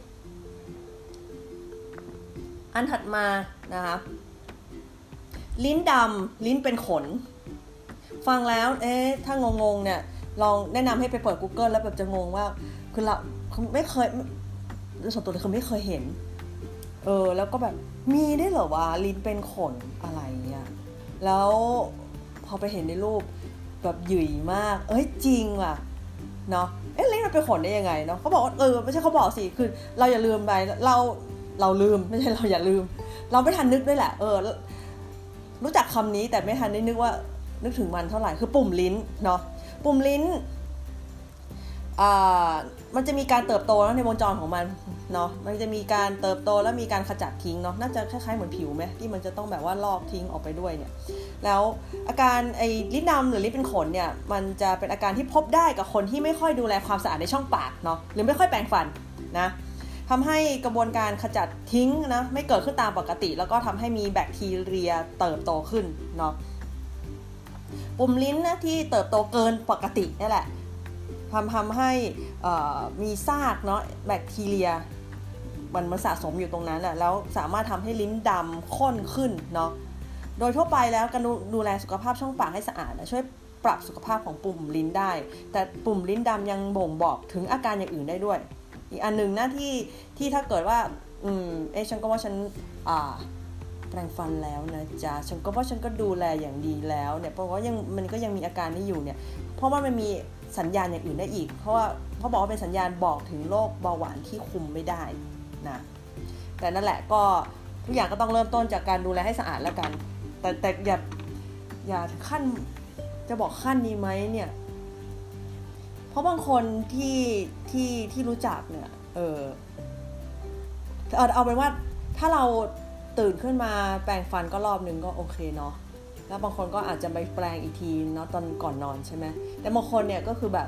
อันถัดมานะคะลิ้นดำลิ้นเป็นขนฟังแล้วถ้างงๆเนี่ยลองแนะนำให้ไปเปิด Google แล้วแบบจะงงว่าคือเราไม่เคยส่วนตัวเลยคือไม่เคยเห็นแล้วก็แบบมีได้เหรอวะลิ้นเป็นขนอะไรเงี้ยแล้วพอไปเห็นในรูปแบบหยิ่ยมากจริงว่ะเนาะลิ้นมันเป็นขนได้ยังไงเนาะเขาบอกว่าไม่ใช่เขาบอกสิคือเราอย่าลืมไปเราลืมไม่ใช่เราอย่าลืมเราไม่ทันนึกด้วยแหละรู้จักคำนี้แต่ไม่ทันได้นึกถึงมันเท่าไหร่คือปุ่มลิ้นเนาะปุ่มลิ้นมันจะมีการเติบโตในวงจรของมันเนาะมันจะมีการเติบโตแล้วมีการขจัดทิ้งเนาะน่าจะคล้ายๆเหมือนผิวไหมที่มันจะต้องแบบว่าลอกทิ้งออกไปด้วยเนี่ยแล้วอาการลิ้นดำหรือลิ้นเป็นขนเนี่ยมันจะเป็นอาการที่พบได้กับคนที่ไม่ค่อยดูแลความสะอาดในช่องปากเนาะหรือไม่ค่อยแปรงฟันนะทำให้กระบวนการขจัดทิ้งนะไม่เกิดขึ้นตามปกติแล้วก็ทำให้มีแบคทีเรียเติบโตขึ้นเนาะปุ่มลิ้นนะที่เติบโตเกินปกตินี่แหละทำให้มีซากเนาะแบคทีเรียมันสะสมอยู่ตรงนั้นแหละแล้วสามารถทำให้ลิ้นดำข้นขึ้นเนาะโดยทั่วไปแล้วการดูแลสุขภาพช่องปากให้สะอาดช่วยปรับสุขภาพของปุ่มลิ้นได้แต่ปุ่มลิ้นดำยังบ่งบอกถึงอาการอย่างอื่นได้ด้วยอีกอันนึงนะที่ถ้าเกิดว่าฉันก็ว่าฉันแปรงฟันแล้วนะจ๊ะฉันก็ว่าฉันก็ดูแลอย่างดีแล้วเนี่ยเพราะว่ามันก็ยังมีอาการนี้อยู่เนี่ยเพราะว่ามันมีสัญญาณอย่างอื่นได้อีกเพราะว่าเขาบอกว่าเป็นสัญญาณบอกถึงโรคเบาหวานที่คุมไม่ได้นะแต่นั่นแหละก็ทุกอย่างก็ต้องเริ่มต้นจากการดูแลให้สะอาดแล้วกันแต่อย่าขั้นจะบอกขั้นนี้ไหมเนี่ยเพราะบางคนที่รู้จักเนี่ยเอาเป็นว่าถ้าเราตื่นขึ้นมาแปรงฟันก็รอบนึงก็โอเคเนาะแล้วบางคนก็อาจจะไปแปรงอีกทีเนาะตอนก่อนนอนใช่ไหมแต่บางคนเนี่ยก็คือแบบ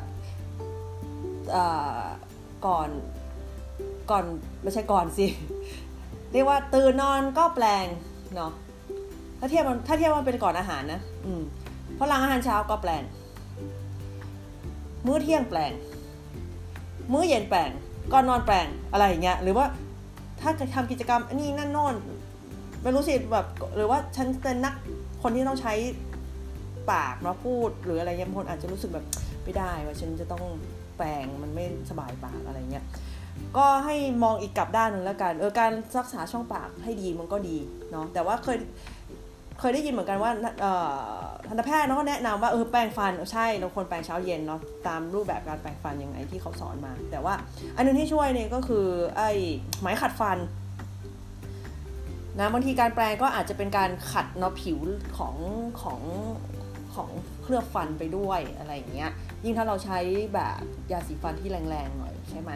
ก่อนไม่ใช่ก่อนสิเรียกว่าตื่นนอนก็แปรงเนาะถ้าเทียบมันเป็นก่อนอาหารนะเพราะหลังอาหารเช้าก็แปรงมื้อเที่ยงแปรงมื้อเย็นแปรงก่อนนอนแปรงอะไรอย่างเงี้ยหรือว่าถ้าทำกิจกรรมนี่นั่นโน่นไม่รู้สิแบบหรือว่าฉันเป็นนักคนที่ต้องใช้ปากเนาะพูดหรืออะไรเงี้ยบางคนอาจจะรู้สึกแบบไม่ได้ว่าฉันจะต้องแปรงมันไม่สบายปากอะไรเงี้ยก็ให้มองอีกกลับด้านนึงแล้วกันการรักษาช่องปากให้ดีมันก็ดีเนาะแต่ว่าเคยได้ยินเหมือนกันว่าทันตแพทย์เขาแนะนำว่าแปรงฟันใช่เราควรแปรงเช้าเย็นเนาะตามรูปแบบการแปรงฟันยังไงที่เขาสอนมาแต่ว่าอันนึงที่ช่วยเนี่ยก็คือไหมขัดฟันนะบางทีการแปรงก็อาจจะเป็นการขัดเนาะผิวของเคลือบฟันไปด้วยอะไรอย่างเงี้ยยิ่งถ้าเราใช้แบบยาสีฟันที่แรงๆหน่อยใช่ไหม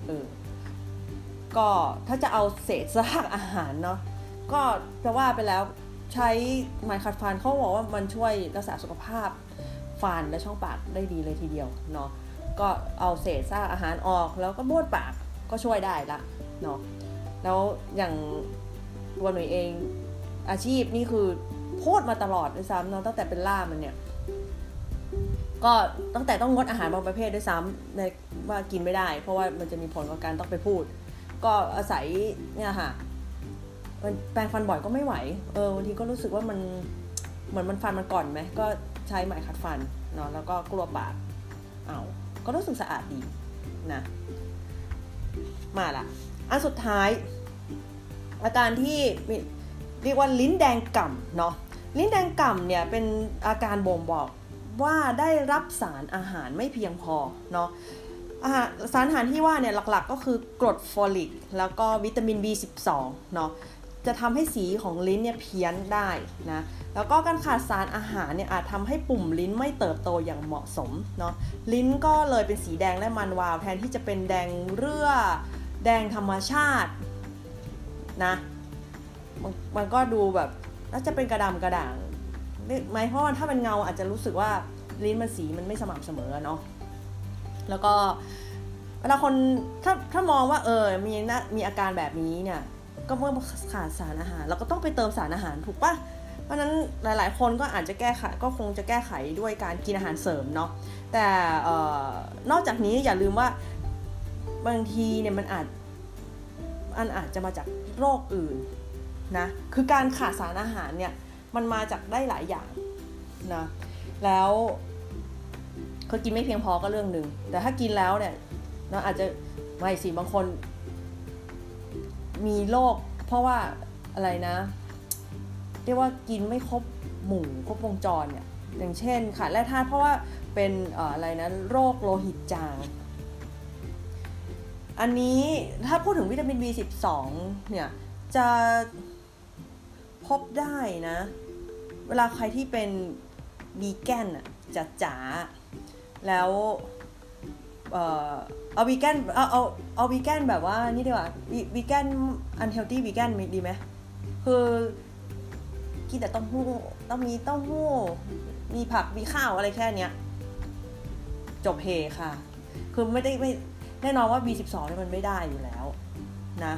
ก็ถ้าจะเอาเศษซากอาหารเนาะก็จะว่าไปแล้วใช้ไหมขัดฟันเขาบอกว่ามันช่วยรักษาสุขภาพฟันและช่องปากได้ดีเลยทีเดียวเนาะก็เอาเศษซากอาหารออกแล้วก็บ้วนปากก็ช่วยได้ละเนาะแล้วอย่างตัวหนูเองอาชีพนี่คือพูดมาตลอดด้วยซ้ำเนาะตั้งแต่เป็นล่ามมันเนี่ยก็ตั้งแต่ต้องงดอาหารบางประเภทด้วยซ้ำในว่ากินไม่ได้เพราะว่ามันจะมีผลกับการต้องไปพูดก็อาศัยเนี่ยค่ะมันแปรงฟันบ่อยก็ไม่ไหวบางทีก็รู้สึกว่ามันเหมือนมันฟันมันก่อนไหมก็ใช้ไหมขัดฟันเนาะแล้วก็กลัวปากก็รู้สึกสะอาดดีนะมาละอันสุดท้ายอาการที่เรียกว่าลิ้นแดงก่ำเนาะลิ้นแดงก่ำเนี่ยเป็นอาการบ่งบอกว่าได้รับสารอาหารไม่เพียงพอเนาะสารอาหารที่ว่าเนี่ยหลักๆก็คือกรดโฟลิกแล้วก็วิตามิน B12 เนาะจะทำให้สีของลิ้นเนี่ยเพี้ยนได้นะแล้วก็การขาดสารอาหารเนี่ยอาจทำให้ปุ่มลิ้นไม่เติบโตอย่างเหมาะสมเนาะลิ้นก็เลยเป็นสีแดงและมันวาวแทนที่จะเป็นแดงเรื่อแดงธรรมชาตินะมันก็ดูแบบน่าจะเป็นกระดำกระด่างไหมเพราะว่าถ้าเป็นเงาอาจจะรู้สึกว่าลิ้นมันสีมันไม่สม่ำเสมอเนาะแล้วก็เวลาคนถ้ามองว่ามีอาการแบบนี้เนี่ยก็เมื่อขาดสารอาหารเราก็ต้องไปเติมสารอาหารถูกปะเพราะนั้นหลายๆคนก็อาจจะคงจะแก้ไขด้วยการกินอาหารเสริมเนาะแต่นอกจากนี้อย่าลืมว่าบางทีเนี่ยมันอาจจะมาจากโรคอื่นนะคือการขาดสารอาหารเนี่ยมันมาจากได้หลายอย่างนะแล้วเขากินไม่เพียงพอก็เรื่องนึงแต่ถ้ากินแล้วเนี่ยเราอาจจะไม่สิบางคนมีโรคเพราะว่าอะไรนะเรียกว่ากินไม่ครบหมู่ครบวงจรเนี่ยอย่างเช่นขาดแร่ธาตุเพราะว่าเป็นอะไรนะโรคโลหิตจางอันนี้ถ้าพูดถึงวิตามิน B12 เนี่ยจะพบได้นะเวลาใครที่เป็นวีแกนอ่ะจ๋าแล้วเอาวีแกนเอาวีแกนแบบว่านี่ดีกว่าวีแกนอันเฮลตี้วีแกนดีไหมคือกินแต่เต้าหู้ต้องมีเต้าหู้มีผักมีข้าวอะไรแค่เนี้ยจบเฮค่ะคือไม่แน่นอนว่า B12 เนี่ยมันไม่ได้อยู่แล้วนะ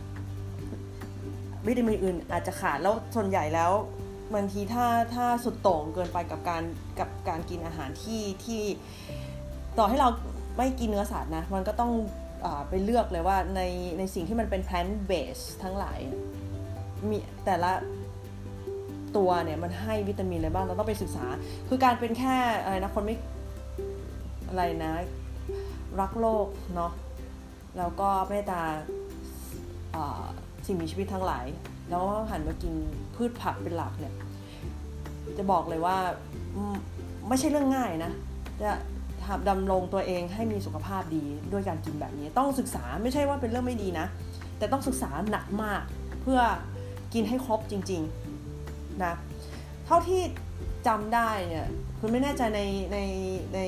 วิตามินอื่นอาจจะขาดแล้วส่วนใหญ่แล้วบางทีถ้าสุดโต่งเกินไปกับการกินอาหารที่ต่อให้เราไม่กินเนื้อสัตว์นะมันก็ต้องไปเลือกเลยว่าในสิ่งที่มันเป็น plant based ทั้งหลายมีแต่ละตัวเนี่ยมันให้วิตามินอะไรบ้างเราต้องไปศึกษาคือการเป็นแค่อะไรนะคนไม่อะไรนะรักโลกเนาะแล้วก็เมตตาสิ่งมีชีวิตทั้งหลายแล้วหันมากินพืชผักเป็นหลักเนี่ยจะบอกเลยว่าไม่ใช่เรื่องง่ายนะจะดำรงตัวเองให้มีสุขภาพดีด้วยการกินแบบนี้ต้องศึกษาไม่ใช่ว่าเป็นเรื่องไม่ดีนะแต่ต้องศึกษาหนักมากเพื่อกินให้ครบจริงๆนะเท่าที่จำได้เนี่ยคุณไม่แน่ใจใน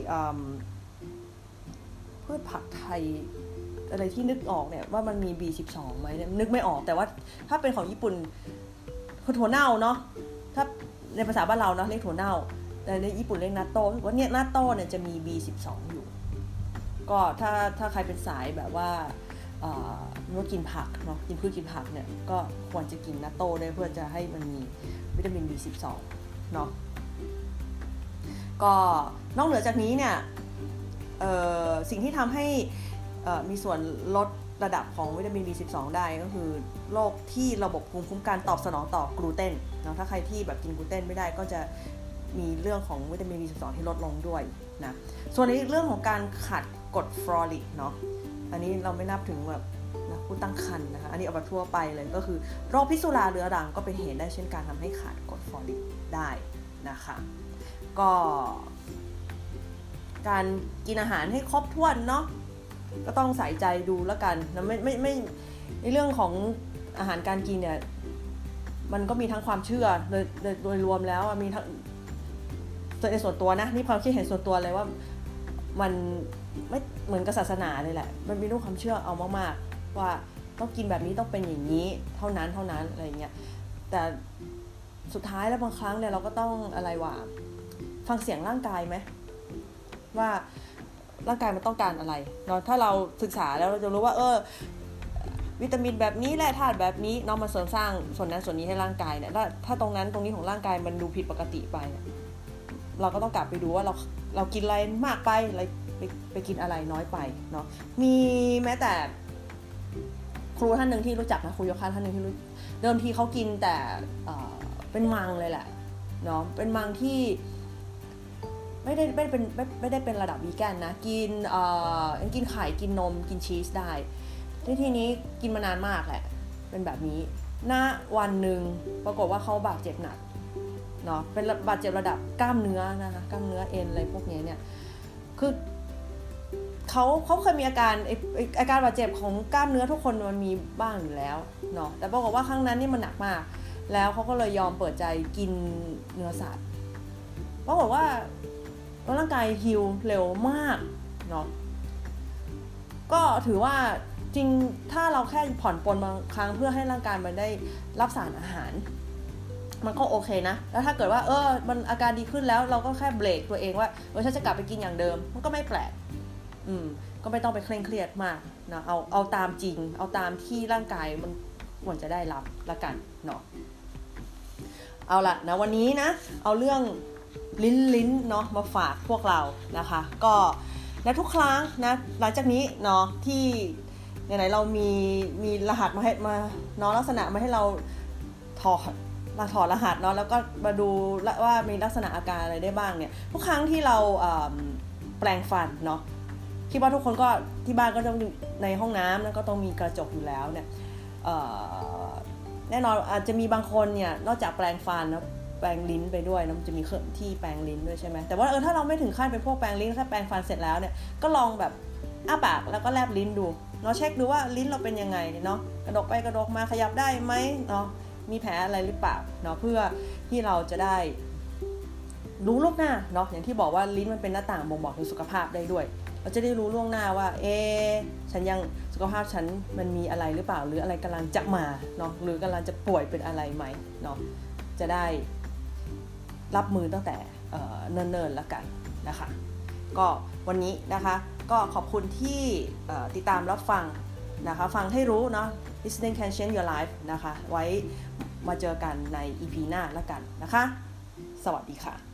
พืชผักไทยอะไรที่นึกออกเนี่ยว่ามันมี B12 ไหมเนี่ยนึกไม่ออกแต่ว่าถ้าเป็นของญี่ปุ่นคือถั่วเน่าเนาะถ้าในภาษาบ้านเราเนาะเรียกถั่วเน่าแต่ในญี่ปุ่นเรียกนัตโต้ถือว่าเนี่ยนัตโต้เนี่ยจะมี B12 อยู่ก็ถ้าใครเป็นสายแบบว่าว่ากินผักเนาะกินพืชกินผักเนี่ยก็ควรจะกินนัตโต้ได้เพื่อจะให้มันมีวิตามิน B12 เนาะก็นอกเหนือจากนี้เนี่ยสิ่งที่ทำให้มีส่วนลดระดับของวิตามิน B12 ได้ก็คือโรคที่ระบบภูมิคุ้มกันตอบสนองต่อกลูเตนเนาะถ้าใครที่แบบกินกลูเตนไม่ได้ก็จะมีเรื่องของวิตามิน B12 ที่ลดลงด้วยนะส่วนในเรื่องของการขาดกรดฟอลิกเนาะอันนี้เราไม่นับถึงแบบนะผู้ตั้งครรภ์นะคะอันนี้เอาแบบทั่วไปเลยก็คือโรคพิษสุราเรื้อรังก็เป็นเหตุได้เช่นการทำให้ขาดกรดฟอลิกได้นะคะก็การกินอาหารให้ครบถ้วนเนาะก็ต้องใส่ใจดูแล้วกันนะไม่ในเรื่องของอาหารการกินเนี่ยมันก็มีทั้งความเชื่อโดยรวมแล้วมีทั้งในส่วนตัวนะนี่ความคิดเห็นส่วนตัวเลยว่ามันไม่เหมือนกับศาสนาเลยแหละมันมีเรื่องความเชื่อเอามากๆว่าต้องกินแบบนี้ต้องเป็นอย่างนี้เท่านั้นอะไรอย่างเงี้ยแต่สุดท้ายแล้วบางครั้งเนี่ยเราก็ต้องอะไรวะฟังเสียงร่างกายไหมว่าร่างกายมันต้องการอะไรเนาะถ้าเราศึกษาแล้วเราจะรู้ว่าวิตามินแบบนี้แร่ธาตุแบบนี้เนาะมาเสริมสร้างส่วนนั้นส่วนนี้ให้ร่างกายเนี่ยถ้าตรงนี้ของร่างกายมันดูผิดปกติไปเราก็ต้องกลับไปดูว่าเรากินอะไรมากไปอะไรไปกินอะไรน้อยไปเนาะมีแม้แต่ครูท่านนึงที่รู้จักนะครูโยคะท่านนึงที่รู้เดิมทีเขากินแต่เป็นมังเลยแหละเนาะเป็นมังที่ไม่ได้เป็นระดับวีแกนนะกินไข่กินนมกินชีสได้ทีนี้กินมานานมากแหละเป็นแบบนี้ณวันหนึ่งปรากฏว่าเขาบาดเจ็บหนักเนาะเป็นบาดเจ็บระดับกล้ามเนื้อนะคะกล้ามเนื้อเอ็นอะไรพวกนี้เนี่ยคือเขาเคยมีอาการบาดเจ็บของกล้ามเนื้อทุกคนมันมีบ้างอยู่แล้วเนาะแต่ปรากฏว่าครั้งนั้นนี่มันหนักมากแล้วเขาก็เลยยอมเปิดใจกินเนื้อสัตว์ปรากฏว่าร่างกายฮีลเร็วมากเนาะก็ถือว่าจริงถ้าเราแค่ผ่อนปลนบางครั้งเพื่อให้ร่างกายมันได้รับสารอาหารมันก็โอเคนะแล้วถ้าเกิดว่ามันอาการดีขึ้นแล้วเราก็แค่เบรกตัวเองว่าฉันจะกลับไปกินอย่างเดิมมันก็ไม่แปลกก็ไม่ต้องไปเคร่งเครียดมากนะเอาตามจริงเอาตามที่ร่างกายมันควรจะได้รับละกันเนาะเอาละนะวันนี้นะเอาเรื่องลิ้นเนาะมาฝากพวกเรานะคะก็และทุกครั้งนะหลังจากนี้เนาะที่ไหนๆเรามีรหัสมาให้มาเนาะลักษณะมาให้เราถอดรหัสเนาะแล้วก็มาดูว่ามีลักษณะอาการอะไรได้บ้างเนี่ยทุกครั้งที่เราแปรงฟันเนาะคิดว่าทุกคนก็ที่บ้านก็ต้องในห้องน้ำแล้วก็ต้องมีกระจกอยู่แล้วเนี่ยแน่นอนอาจจะมีบางคนเนี่ยนอกจากแปรงฟันนะแปรงลิ้นไปด้วยนะมันจะมีเครื่องที่แปรงลิ้นด้วยใช่ไหมแต่ว่าถ้าเราไม่ถึงขั้นเป็นพวกแปรงลิ้นแค่แปรงฟันเสร็จแล้วเนี่ยก็ลองแบบอ้าปากแล้วก็แลบลิ้นดูเนาะเช็คดูว่าลิ้นเราเป็นยังไงเนาะกระดกไปกระดกมาขยับได้ไหมเนาะมีแผลอะไรหรือเปล่าเนาะเพื่อที่เราจะได้รู้ล่วงหน้าเนาะอย่างที่บอกว่าลิ้นมันเป็นหน้าต่างบ่งบอกถึงสุขภาพได้ด้วยเราจะได้รู้ล่วงหน้าว่าฉันยังสุขภาพฉันมันมีอะไรหรือเปล่าหรืออะไรกำลังจะมาเนาะหรือกำลังจะป่วยเป็นอะไรไหมเนาะจะได้รับมือตั้งแต่เนิ่นๆแล้วกันนะคะก็วันนี้นะคะก็ขอบคุณที่ติดตามรับฟังนะคะฟังให้รู้เนาะ listening can change your life นะคะไว้มาเจอกันใน EP หน้าแล้วกันนะคะสวัสดีค่ะ